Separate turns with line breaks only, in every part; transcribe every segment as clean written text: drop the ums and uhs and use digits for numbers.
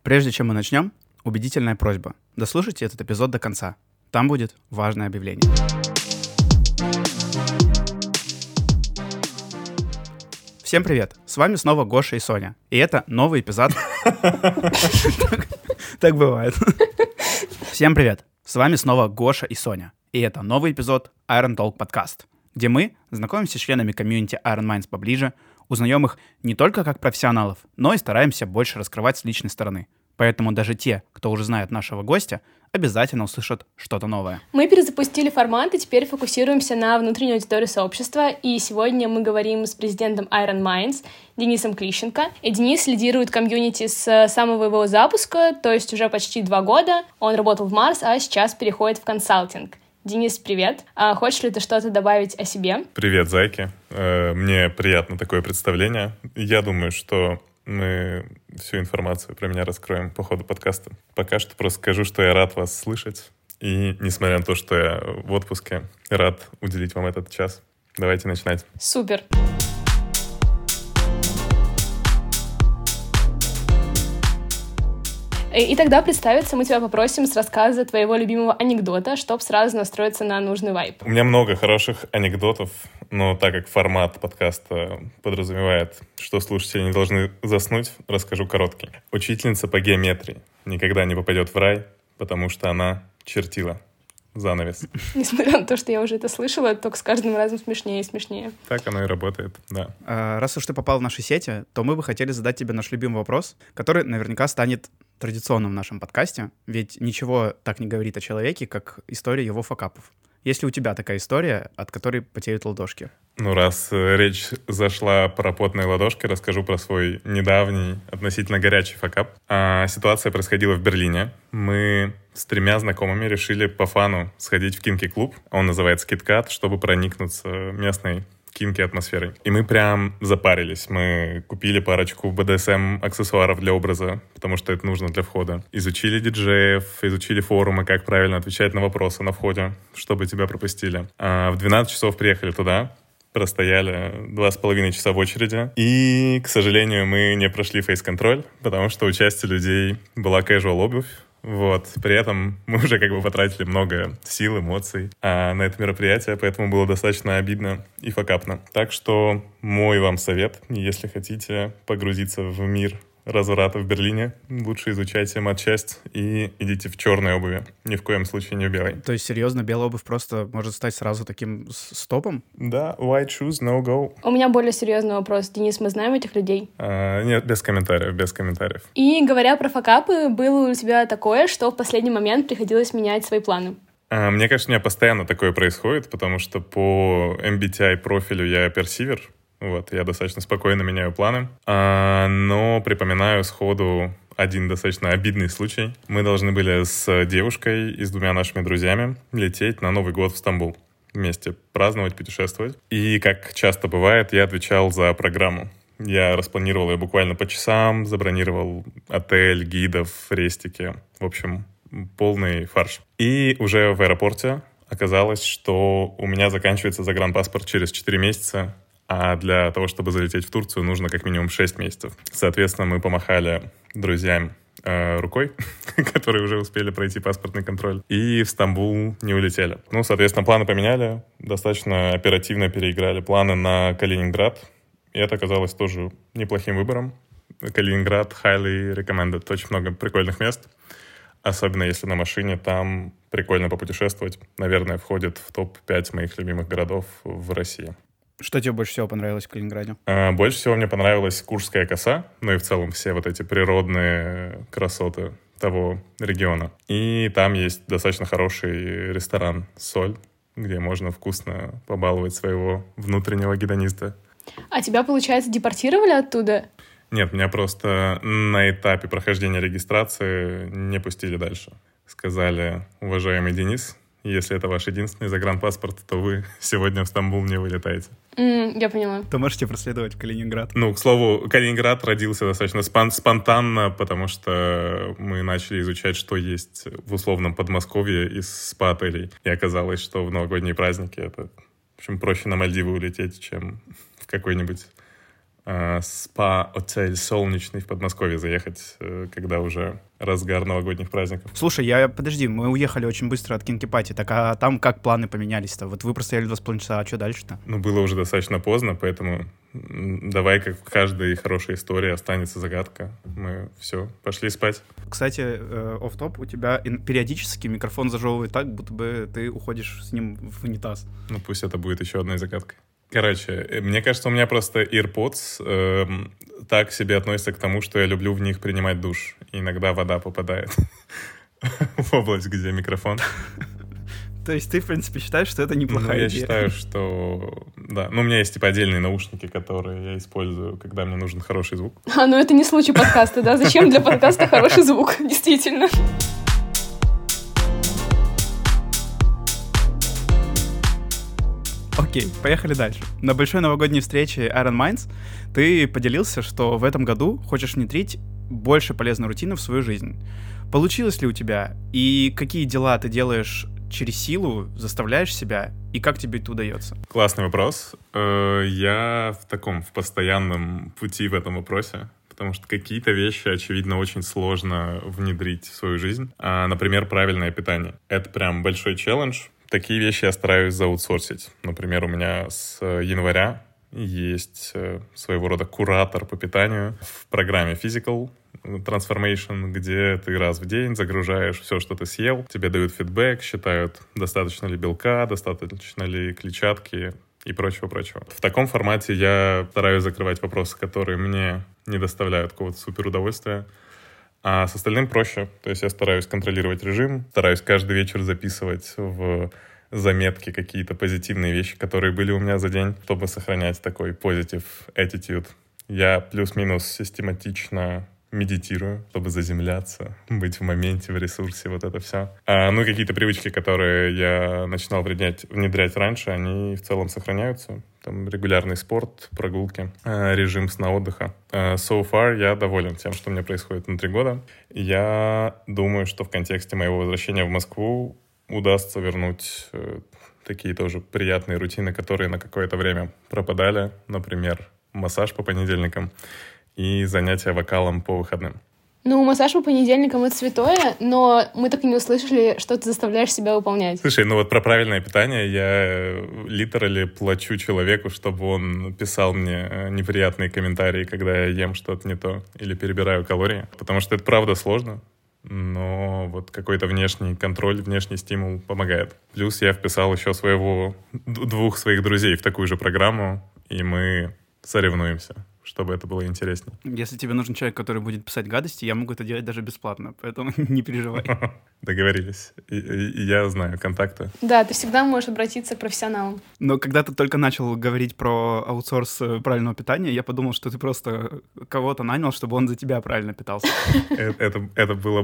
Прежде чем мы начнем, убедительная просьба. Дослушайте этот эпизод до конца. Там будет важное объявление. Всем привет! С вами снова Гоша и Соня. И это новый эпизод... Так бывает. Всем привет! С вами снова Гоша и Соня. И это новый эпизод Iron Talk Podcast, где мы знакомимся с членами комьюнити Iron Minds поближе, узнаем их не только как профессионалов, но и стараемся больше раскрывать с личной стороны. Поэтому даже те, кто уже знает нашего гостя, обязательно услышат что-то новое.
Мы перезапустили формат и теперь фокусируемся на внутренней аудитории сообщества. И сегодня мы говорим с президентом Iron Minds Денисом Клищенко. И Денис лидирует комьюнити с самого его запуска, то есть уже почти 2 года. Он работал в Марс, а сейчас переходит в консалтинг. Денис, привет. Хочешь ли ты что-то добавить о себе?
Привет, зайки. Мне приятно такое представление. Я думаю, что мы всю информацию про меня раскроем по ходу подкаста. Пока что просто скажу, что я рад вас слышать. И, несмотря на то, что я в отпуске, рад уделить вам этот час. Давайте начинать.
Супер. И тогда представиться мы тебя попросим с рассказа твоего любимого анекдота, чтобы сразу настроиться на нужный вайб.
У меня много хороших анекдотов, но так как формат подкаста подразумевает, что слушатели не должны заснуть, расскажу короткий. Учительница по геометрии никогда не попадет в рай, потому что она чертила занавес.
Несмотря на то, что я уже это слышала, только с каждым разом смешнее и смешнее.
Так оно и работает, да.
Раз уж ты попал в наши сети, то мы бы хотели задать тебе наш любимый вопрос, который наверняка станет традиционным в нашем подкасте, ведь ничего так не говорит о человеке, как история его факапов. Есть ли у тебя такая история, от которой потеют ладошки?
Ну, раз речь зашла про потные ладошки, расскажу про свой недавний, относительно горячий факап. Ситуация происходила в Берлине. Мы с 3 знакомыми решили по фану сходить в кинки-клуб. Он называется KitKat, чтобы проникнуться местной кинки-атмосферой. И мы прям запарились. Мы купили парочку BDSM-аксессуаров для образа, потому что это нужно для входа. Изучили диджеев, изучили форумы, как правильно отвечать на вопросы на входе, чтобы тебя пропустили. В 12 часов приехали туда, простояли 2,5 часа в очереди. И, к сожалению, мы не прошли фейс-контроль, потому что у части людей была casual обувь. Вот. При этом мы уже потратили много сил, эмоций на это мероприятие, поэтому было достаточно обидно и факапно. Так что мой вам совет, если хотите погрузиться в мир разврата в Берлине, лучше изучайте матчасть и идите в черной обуви. Ни в коем случае не в белой.
То есть, серьезно, белая обувь просто может стать сразу таким стопом?
Да, white shoes, no go.
У меня более серьезный вопрос. Денис, мы знаем этих людей?
Нет, без комментариев.
И говоря про факапы, было у тебя такое, что в последний момент приходилось менять свои планы?
Мне кажется, у меня постоянно такое происходит, потому что по MBTI профилю я персивер. Вот, я достаточно спокойно меняю планы, но припоминаю сходу один достаточно обидный случай. Мы должны были с девушкой и с 2 нашими друзьями лететь на Новый год в Стамбул. Вместе праздновать, путешествовать. И, как часто бывает, я отвечал за программу. Я распланировал ее буквально по часам, забронировал отель, гидов, рестики. В общем, полный фарш. И уже в аэропорте оказалось, что у меня заканчивается загранпаспорт через 4 месяца, а для того, чтобы залететь в Турцию, нужно как минимум 6 месяцев. Соответственно, мы помахали друзьям рукой, которые уже успели пройти паспортный контроль, и в Стамбул не улетели. Ну, соответственно, планы поменяли, достаточно оперативно переиграли планы на Калининград, и это оказалось тоже неплохим выбором. Калининград highly recommended, очень много прикольных мест, особенно если на машине, там прикольно попутешествовать. Наверное, входит в топ-5 моих любимых городов в России.
Что тебе больше всего понравилось в Калининграде?
Больше всего мне понравилась Куршская коса, ну и в целом все вот эти природные красоты того региона. И там есть достаточно хороший ресторан «Соль», где можно вкусно побаловать своего внутреннего гедониста.
А тебя, получается, депортировали оттуда?
Нет, меня просто на этапе прохождения регистрации не пустили дальше. Сказали: уважаемый Денис, если это ваш единственный загранпаспорт, то вы сегодня в Стамбул не вылетаете.
Я поняла.
То можете проследовать в Калининград.
Ну, к слову, Калининград родился достаточно спонтанно, потому что мы начали изучать, что есть в условном Подмосковье из спа-отелей. И оказалось, что в новогодние праздники это, в общем, проще на Мальдивы улететь, чем в какой-нибудь спа-отель «Солнечный» в Подмосковье заехать, когда уже разгар новогодних праздников.
Слушай, подожди, мы уехали очень быстро от Кинки-пати, так а там как планы поменялись-то? Вот вы простояли 2,5 часа, а что дальше-то?
Ну, было уже достаточно поздно, поэтому давай, как в каждой хорошей истории, останется загадка. Мы все, пошли спать.
Кстати, офф-топ, у тебя периодически микрофон зажевывает так, будто бы ты уходишь с ним в унитаз.
Ну, пусть это будет еще одной загадкой. Короче, мне кажется, у меня просто AirPods так себе относятся к тому, что я люблю в них принимать душ. И иногда вода попадает в область, где микрофон.
То есть ты, в принципе, считаешь, что это неплохая идея?
Я считаю, что... Да. Ну, у меня есть, типа, отдельные наушники, которые я использую, когда мне нужен хороший звук.
Ну это не случай подкаста, да? Зачем для подкаста хороший звук? Действительно.
Окей, поехали дальше. На большой новогодней встрече Iron Minds ты поделился, что в этом году хочешь внедрить больше полезной рутины в свою жизнь. Получилось ли у тебя? И какие дела ты делаешь через силу, заставляешь себя? И как тебе это удается?
Классный вопрос. Я в постоянном пути в этом вопросе. Потому что какие-то вещи, очевидно, очень сложно внедрить в свою жизнь. Например, правильное питание. Это прям большой челлендж. Такие вещи я стараюсь заутсорсить. Например, у меня с января есть своего рода куратор по питанию в программе Physical Transformation, где ты раз в день загружаешь все, что ты съел, тебе дают фидбэк, считают, достаточно ли белка, достаточно ли клетчатки и прочего-прочего. В таком формате я стараюсь закрывать вопросы, которые мне не доставляют какого-то суперудовольствия. А с остальным проще. То есть я стараюсь контролировать режим, стараюсь каждый вечер записывать в заметки какие-то позитивные вещи, которые были у меня за день, чтобы сохранять такой positive attitude. Я плюс-минус систематично медитирую, чтобы заземляться, быть в моменте, в ресурсе, вот это все. Ну, какие-то привычки, которые я начинал внедрять раньше, они в целом сохраняются. Там регулярный спорт, прогулки, режим сна-отдыха. So far я доволен тем, что у меня происходит внутри года. Я думаю, что в контексте моего возвращения в Москву удастся вернуть такие тоже приятные рутины, которые на какое-то время пропадали. Например, массаж по понедельникам и занятия вокалом по выходным.
Ну, массаж по понедельникам — это святое, но мы так и не услышали, что ты заставляешь себя выполнять.
Слушай, ну вот про правильное питание я литерали плачу человеку, чтобы он писал мне неприятные комментарии, когда я ем что-то не то или перебираю калории, потому что это правда сложно, но вот какой-то внешний контроль, внешний стимул помогает. Плюс я вписал еще двух своих друзей в такую же программу, и мы соревнуемся, чтобы это было интереснее.
Если тебе нужен человек, который будет писать гадости, я могу это делать даже бесплатно, поэтому не переживай.
Договорились. И я знаю контакты.
Да, ты всегда можешь обратиться к профессионалам.
Но когда ты только начал говорить про аутсорс правильного питания, я подумал, что ты просто кого-то нанял, чтобы он за тебя правильно питался.
Это было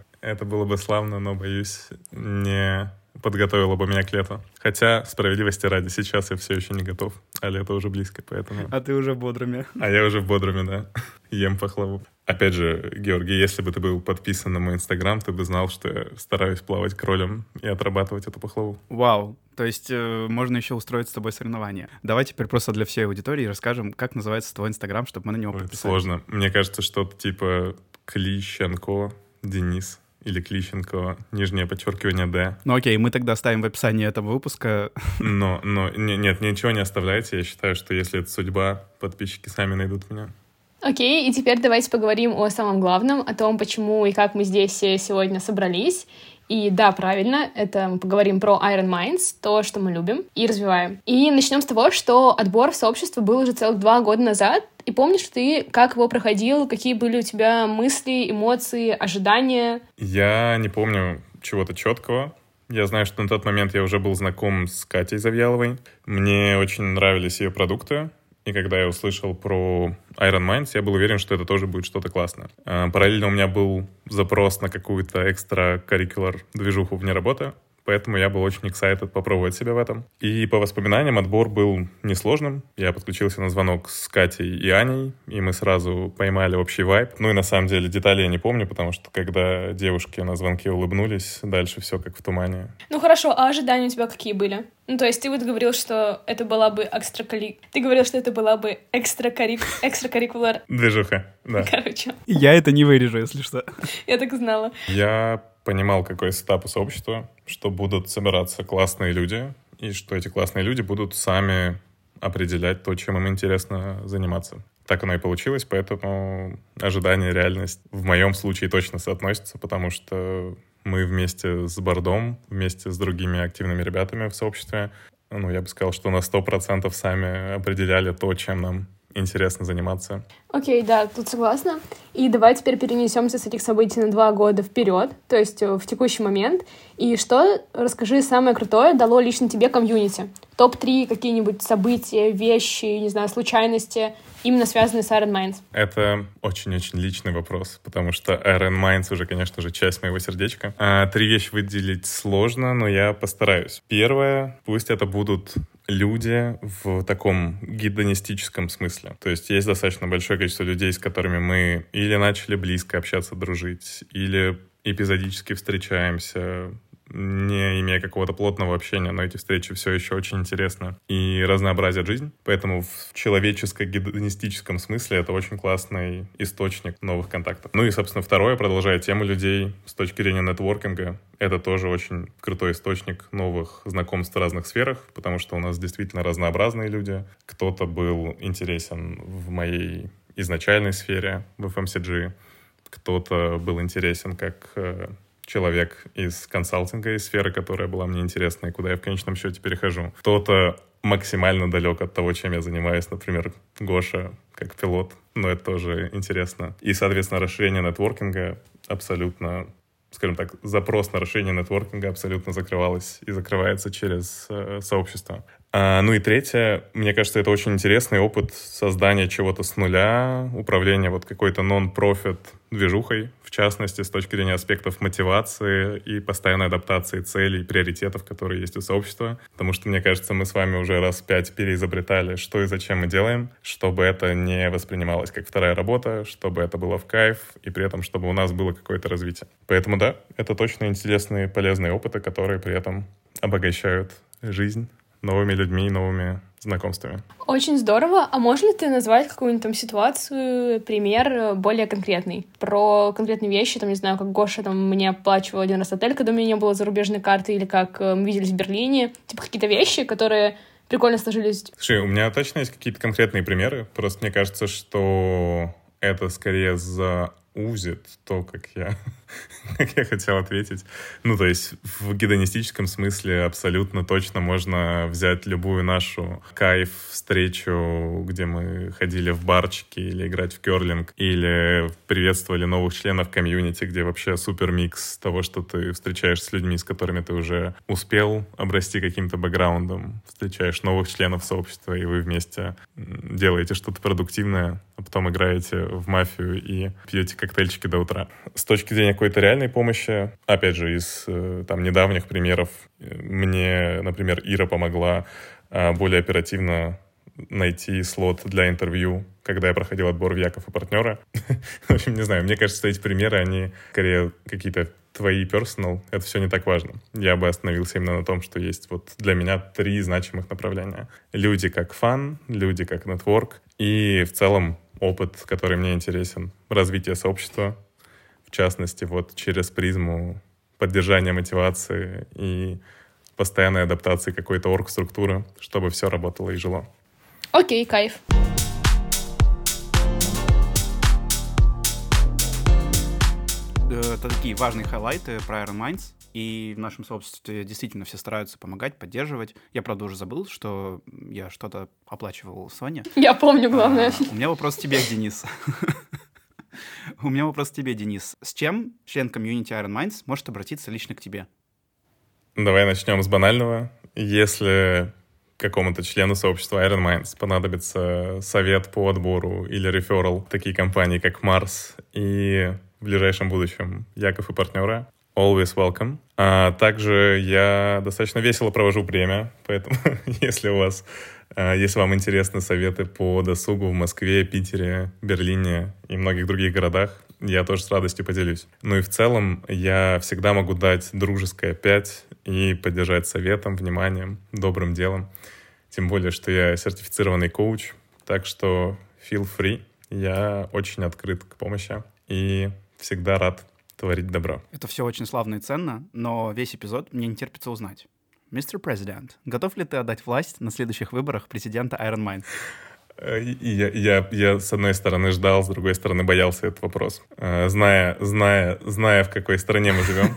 бы славно, но, боюсь, не подготовила бы меня к лету. Хотя, справедливости ради, сейчас я все еще не готов, а лето уже близко, поэтому...
А ты уже в бодруме.
А я уже в бодруме, да. Ем пахлаву. Опять же, Георгий, если бы ты был подписан на мой Инстаграм, ты бы знал, что я стараюсь плавать кролем и отрабатывать эту пахлаву.
Вау. То есть можно еще устроить с тобой соревнования. Давай теперь просто для всей аудитории расскажем, как называется твой Инстаграм, чтобы мы на него подписались.
Сложно. Мне кажется, что-то типа Клищенко Денис. Или Клищенко, нижнее подчеркивание «Д».
Ну окей, мы тогда оставим в описании этого выпуска.
Но нет, ничего не оставляйте. Я считаю, что если это судьба, подписчики сами найдут меня.
Окей, и теперь давайте поговорим о самом главном, о том, почему и как мы здесь сегодня собрались. И да, правильно, это мы поговорим про Iron Minds, то, что мы любим и развиваем. И начнем с того, что отбор в сообщество был уже целых 2 года назад. И помнишь ты, как его проходил, какие были у тебя мысли, эмоции, ожидания?
Я не помню чего-то четкого. Я знаю, что на тот момент я уже был знаком с Катей Завьяловой. Мне очень нравились ее продукты. И когда я услышал про Iron Minds, я был уверен, что это тоже будет что-то классное. Параллельно у меня был запрос на какую-то экстра-curricular движуху вне работы, Поэтому я был очень excited попробовать себя в этом. И по воспоминаниям отбор был несложным. Я подключился на звонок с Катей и Аней, и мы сразу поймали общий вайб. Ну и на самом деле детали я не помню, потому что когда девушки на звонке улыбнулись, дальше все как в тумане.
Ну хорошо, а ожидания у тебя какие были? Ну, то есть ты вот говорил, что это была бы экстракуррикулар.
Движуха, да.
Короче.
Я это не вырежу, если что.
Я так и знала.
Я понимал, какой сетап у сообщества, что будут собираться классные люди, и что эти классные люди будут сами определять то, чем им интересно заниматься. Так оно и получилось, поэтому ожидание и реальность в моем случае точно соотносятся, потому что мы вместе с Бордом, вместе с другими активными ребятами в сообществе, я бы сказал, что на 100% сами определяли то, чем нам интересно заниматься.
Окей, да, тут согласна. И давай теперь перенесемся с этих событий на 2 года вперед, то есть в текущий момент. И что, расскажи, самое крутое дало лично тебе комьюнити? Топ-3 какие-нибудь события, вещи, не знаю, случайности, именно связанные с Iron Minds?
Это очень-очень личный вопрос, потому что Iron Minds уже, конечно же, часть моего сердечка. 3 вещи выделить сложно, но я постараюсь. Первое, пусть это будут люди в таком гедонистическом смысле. То есть есть достаточно большое количество людей, с которыми мы или начали близко общаться, дружить, или эпизодически встречаемся, не имея какого-то плотного общения, но эти встречи все еще очень интересны и разнообразят жизнь. Поэтому в человеческо-гедонистическом смысле это очень классный источник новых контактов. Ну и, собственно, второе, продолжая тему людей с точки зрения нетворкинга, это тоже очень крутой источник новых знакомств в разных сферах, потому что у нас действительно разнообразные люди. Кто-то был интересен в моей изначальной сфере, в FMCG, кто-то был интересен как человек из консалтинга, из сферы, которая была мне интересна, и куда я в конечном счете перехожу. Кто-то максимально далек от того, чем я занимаюсь, например, Гоша как пилот, но это тоже интересно. И, соответственно, расширение нетворкинга абсолютно, скажем так, запрос на расширение нетворкинга абсолютно закрывалось и закрывается через сообщество. Ну и третье, мне кажется, это очень интересный опыт создания чего-то с нуля, управления вот какой-то нон-профит движухой, в частности, с точки зрения аспектов мотивации и постоянной адаптации целей, приоритетов, которые есть у сообщества. Потому что, мне кажется, мы с вами уже раз 5 переизобретали, что и зачем мы делаем, чтобы это не воспринималось как вторая работа, чтобы это было в кайф, и при этом, чтобы у нас было какое-то развитие. Поэтому да, это точно интересные, полезные опыты, которые при этом обогащают жизнь новыми людьми, новыми знакомствами.
Очень здорово. А можешь ли ты назвать какую-нибудь там ситуацию, пример более конкретный? Про конкретные вещи, там, не знаю, как Гоша там мне оплачивал один раз отель, когда у меня не было зарубежной карты, или как мы виделись в Берлине. Типа какие-то вещи, которые прикольно сложились.
Слушай, у меня точно есть какие-то конкретные примеры. Просто мне кажется, что это скорее заузит то, как я хотел ответить. Ну, то есть в гедонистическом смысле абсолютно точно можно взять любую нашу кайф-встречу, где мы ходили в барчики или играть в керлинг, или приветствовали новых членов комьюнити, где вообще супер микс того, что ты встречаешься с людьми, с которыми ты уже успел обрасти каким-то бэкграундом, встречаешь новых членов сообщества, и вы вместе делаете что-то продуктивное, а потом играете в мафию и пьете коктейльчики до утра. С точки зрения какой-то реальной помощи, опять же, из там недавних примеров, мне, например, Ира помогла более оперативно найти слот для интервью, когда я проходил отбор в Яков и партнера. В общем, не знаю, мне кажется, что эти примеры, они скорее какие-то твои персонал, это все не так важно. Я бы остановился именно на том, что есть вот для меня 3 значимых направления. Люди как фан, люди как нетворк и в целом опыт, который мне интересен, развитие сообщества, в частности, вот через призму поддержания мотивации и постоянной адаптации какой-то оргструктуры, чтобы все работало и жило.
Окей, кайф.
Это такие важные хайлайты про Iron Minds. И в нашем сообществе действительно все стараются помогать, поддерживать. Я, правда, уже забыл, что я что-то оплачивал Соне.
Я помню, главное.
У меня вопрос к тебе, Денис. У меня вопрос к тебе, Денис. С чем член комьюнити Iron Minds может обратиться лично к тебе?
Давай начнем с банального. Если какому-то члену сообщества Iron Minds понадобится совет по отбору или реферал, такие компании, как Mars и в ближайшем будущем Яков и партнеры, always welcome. Также я достаточно весело провожу время, поэтому если вам интересны советы по досугу в Москве, Питере, Берлине и многих других городах, я тоже с радостью поделюсь. Ну и в целом я всегда могу дать дружеское 5 и поддержать советом, вниманием, добрым делом. Тем более, что я сертифицированный коуч, так что feel free. Я очень открыт к помощи и всегда рад творить добро.
Это все очень славно и ценно, но весь эпизод мне не терпится узнать. Мистер Президент, готов ли ты отдать власть на следующих выборах президента Iron Minds?
Я с одной стороны ждал, с другой стороны боялся этот вопрос. Зная, в какой стране мы живем.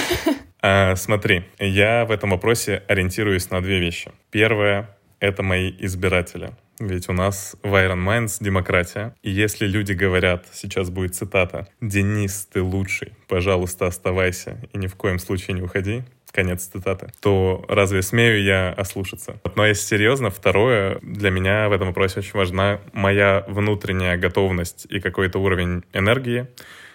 Смотри, я в этом вопросе ориентируюсь на две вещи. Первое — это мои избиратели. Ведь у нас в Iron Minds демократия. И если люди говорят, сейчас будет цитата: «Денис, ты лучший, пожалуйста, оставайся и ни в коем случае не уходи», конец цитаты, то разве смею я ослушаться? Но если серьезно, второе, для меня в этом вопросе очень важна моя внутренняя готовность и какой-то уровень энергии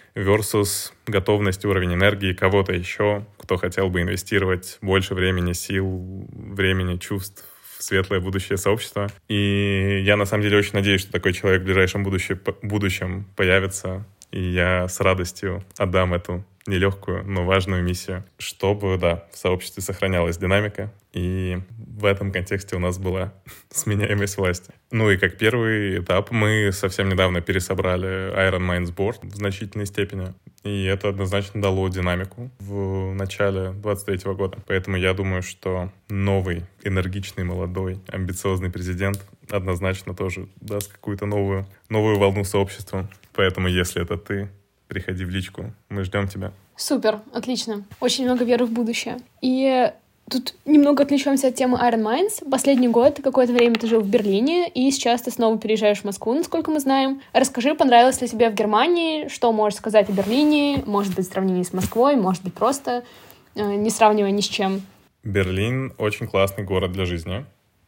versus готовность, уровень энергии кого-то еще, кто хотел бы инвестировать больше времени, сил, времени, чувств в светлое будущее сообщества. И я на самом деле очень надеюсь, что такой человек в ближайшем будущем появится, и я с радостью отдам эту нелегкую, но важную миссию, чтобы, в сообществе сохранялась динамика, и в этом контексте у нас была сменяемость власти. Ну и как первый этап мы совсем недавно пересобрали Iron Minds Board в значительной степени, и это однозначно дало динамику в начале 2023 года. Поэтому я думаю, что новый, энергичный, молодой, амбициозный президент однозначно тоже даст какую-то новую волну сообществу. Поэтому, если это ты, приходи в личку, мы ждем тебя.
Супер, отлично. Очень много веры в будущее. И тут немного отличаемся от темы Iron Minds. Последний год, какое-то время ты жил в Берлине, и сейчас ты снова переезжаешь в Москву, насколько мы знаем. Расскажи, понравилось ли тебе в Германии, что можешь сказать о Берлине, может быть, в сравнении с Москвой, может быть, просто не сравнивая ни с чем.
Берлин очень классный город для жизни.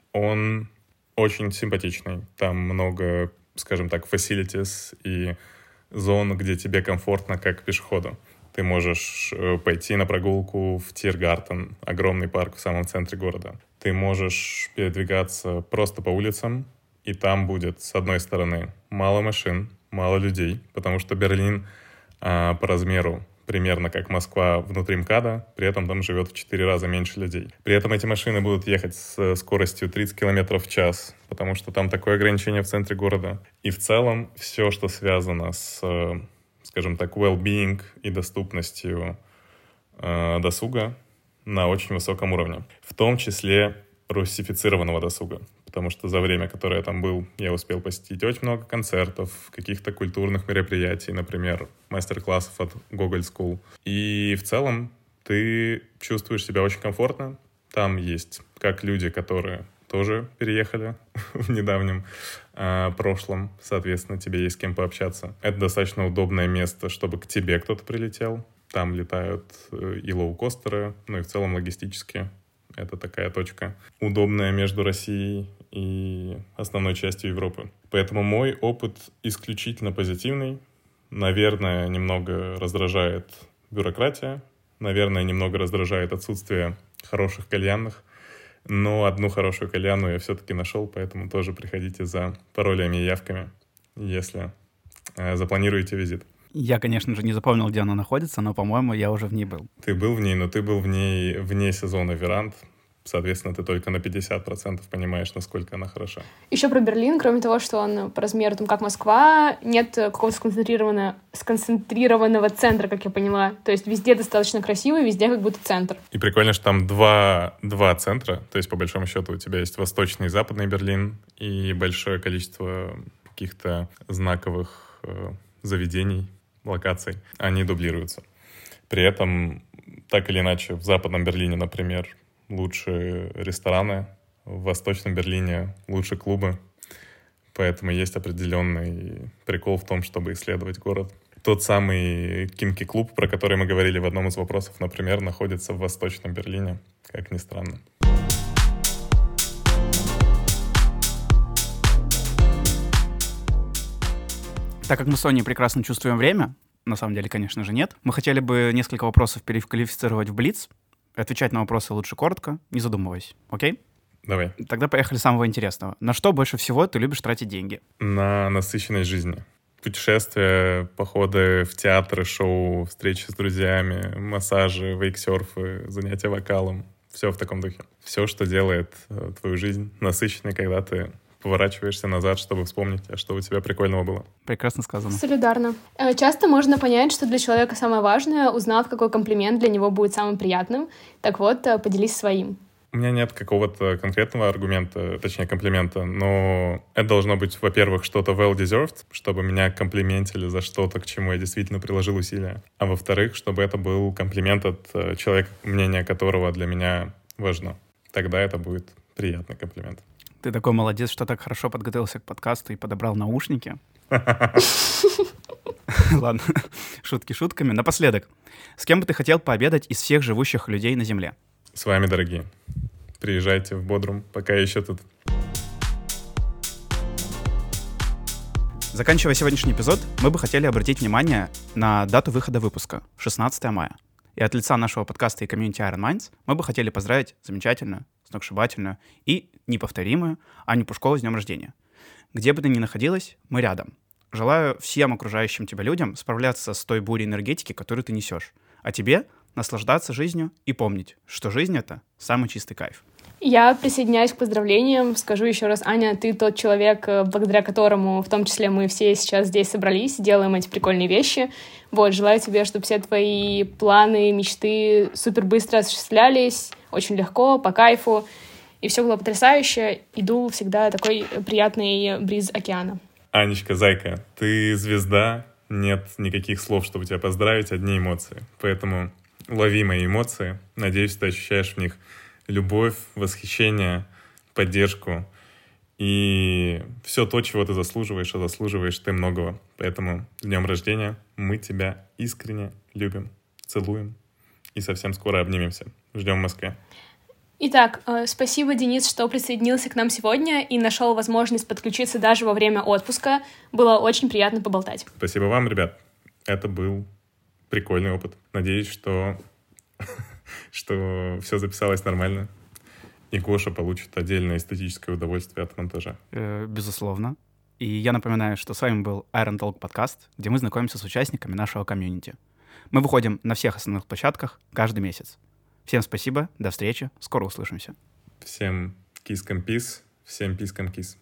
Он очень симпатичный. Там много, скажем так, facilities и зон, где тебе комфортно как пешеходу. Ты можешь пойти на прогулку в Тиргартен, огромный парк в самом центре города. Ты можешь передвигаться просто по улицам, и там будет, с одной стороны, мало машин, мало людей, потому что Берлин по размеру примерно как Москва внутри МКАДа, при этом там живет в 4 раза меньше людей. При этом эти машины будут ехать с скоростью 30 км в час, потому что там такое ограничение в центре города. И в целом все, что связано с, скажем так, well-being и доступностью досуга на очень высоком уровне. В том числе русифицированного досуга. Потому что за время, которое я там был, я успел посетить очень много концертов, каких-то культурных мероприятий, например, мастер-классов от Google School. И в целом ты чувствуешь себя очень комфортно. Там есть как люди, которые тоже переехали в недавнем прошлом. Соответственно, тебе есть с кем пообщаться. Это достаточно удобное место, чтобы к тебе кто-то прилетел. Там летают и лоукостеры, ну и в целом логистически. Это такая точка, удобная между Россией и основной частью Европы. Поэтому мой опыт исключительно позитивный. Наверное, немного раздражает бюрократия. Наверное, немного раздражает отсутствие хороших кальянных. Но одну хорошую кальянную я все-таки нашел, поэтому тоже приходите за паролями и явками, если запланируете визит.
Я, конечно же, не запомнил, где она находится, но, по-моему, я уже в ней был.
Ты был в ней, но ты был в ней вне сезона веранд. Соответственно, ты только на 50% понимаешь, насколько она хороша.
Еще про Берлин, кроме того, что он по размеру там как Москва, нет какого-то сконцентрированного центра, как я поняла. То есть везде достаточно красиво, везде как будто центр.
И прикольно, что там два центра. То есть, по большому счету, у тебя есть восточный и западный Берлин и большое количество каких-то знаковых заведений, локаций. Они дублируются. При этом, так или иначе, в западном Берлине, например, лучше рестораны, в Восточном Берлине лучше клубы. Поэтому есть определенный прикол в том, чтобы исследовать город. Тот самый Кинки-клуб, про который мы говорили в одном из вопросов, например, находится в Восточном Берлине, как ни странно.
Так как мы с Соней прекрасно чувствуем время, На самом деле, конечно же, нет. Мы хотели бы несколько вопросов переквалифицировать в блиц. Отвечать на вопросы лучше коротко, не задумываясь. Окей?
Давай.
Тогда поехали с самого интересного. На что больше всего ты любишь тратить деньги?
На насыщенность жизни. Путешествия, походы в театры, шоу, встречи с друзьями, массажи, вейксерфы, занятия вокалом. Все в таком духе. Все, что делает твою жизнь насыщенной, когда ты поворачиваешься назад, чтобы вспомнить, а что у тебя прикольного было.
Прекрасно сказано.
Солидарно. Часто можно понять, что для человека самое важное, узнав, какой комплимент для него будет самым приятным. Так вот, поделись своим.
У меня нет какого-то конкретного аргумента, точнее комплимента, но это должно быть, во-первых, что-то well-deserved, чтобы меня комплиментили за что-то, к чему я действительно приложил усилия. А во-вторых, чтобы это был комплимент от человека, мнение которого для меня важно. Тогда это будет приятный комплимент.
Ты такой молодец, что так хорошо подготовился к подкасту и подобрал наушники. Ладно, шутки шутками. Напоследок, с кем бы ты хотел пообедать из всех живущих людей на Земле?
С вами, дорогие. Приезжайте в Бодрум, пока еще тут.
Заканчивая сегодняшний эпизод, мы бы хотели обратить внимание на дату выхода выпуска — 16 мая. И от лица нашего подкаста и комьюнити Iron Minds мы бы хотели поздравить замечательную, сногсшибательную и неповторимую Аню Пушкову с днем рождения. Где бы ты ни находилась, мы рядом. Желаю всем окружающим тебя людям справляться с той бурей энергетики, которую ты несешь. А тебе наслаждаться жизнью и помнить, что жизнь — это самый чистый кайф.
Я присоединяюсь к поздравлениям. Скажу еще раз, Аня, ты тот человек, благодаря которому, в том числе, мы все сейчас здесь собрались, делаем эти прикольные вещи. Вот, желаю тебе, чтобы все твои планы, мечты супер быстро осуществлялись, очень легко, по кайфу, и все было потрясающе, и дул всегда такой приятный бриз океана.
Анечка, зайка, ты звезда, нет никаких слов, чтобы тебя поздравить, одни эмоции. Поэтому лови мои эмоции, надеюсь, ты ощущаешь в них любовь, восхищение, поддержку и все то, чего ты заслуживаешь, а заслуживаешь ты многого. Поэтому с днем рождения, мы тебя искренне любим, целуем и совсем скоро обнимемся. Ждем в Москве.
Итак, спасибо, Денис, что присоединился к нам сегодня и нашел возможность подключиться даже во время отпуска. Было очень приятно поболтать.
Спасибо вам, ребят. Это был прикольный опыт. Надеюсь, что все записалось нормально, и Гоша получит отдельное эстетическое удовольствие от монтажа.
Безусловно. И я напоминаю, что с вами был Iron Talk подкаст, где мы знакомимся с участниками нашего комьюнити. Мы выходим на всех основных площадках каждый месяц. Всем спасибо, до встречи, скоро услышимся.
Всем кискам пис, всем пискам кис.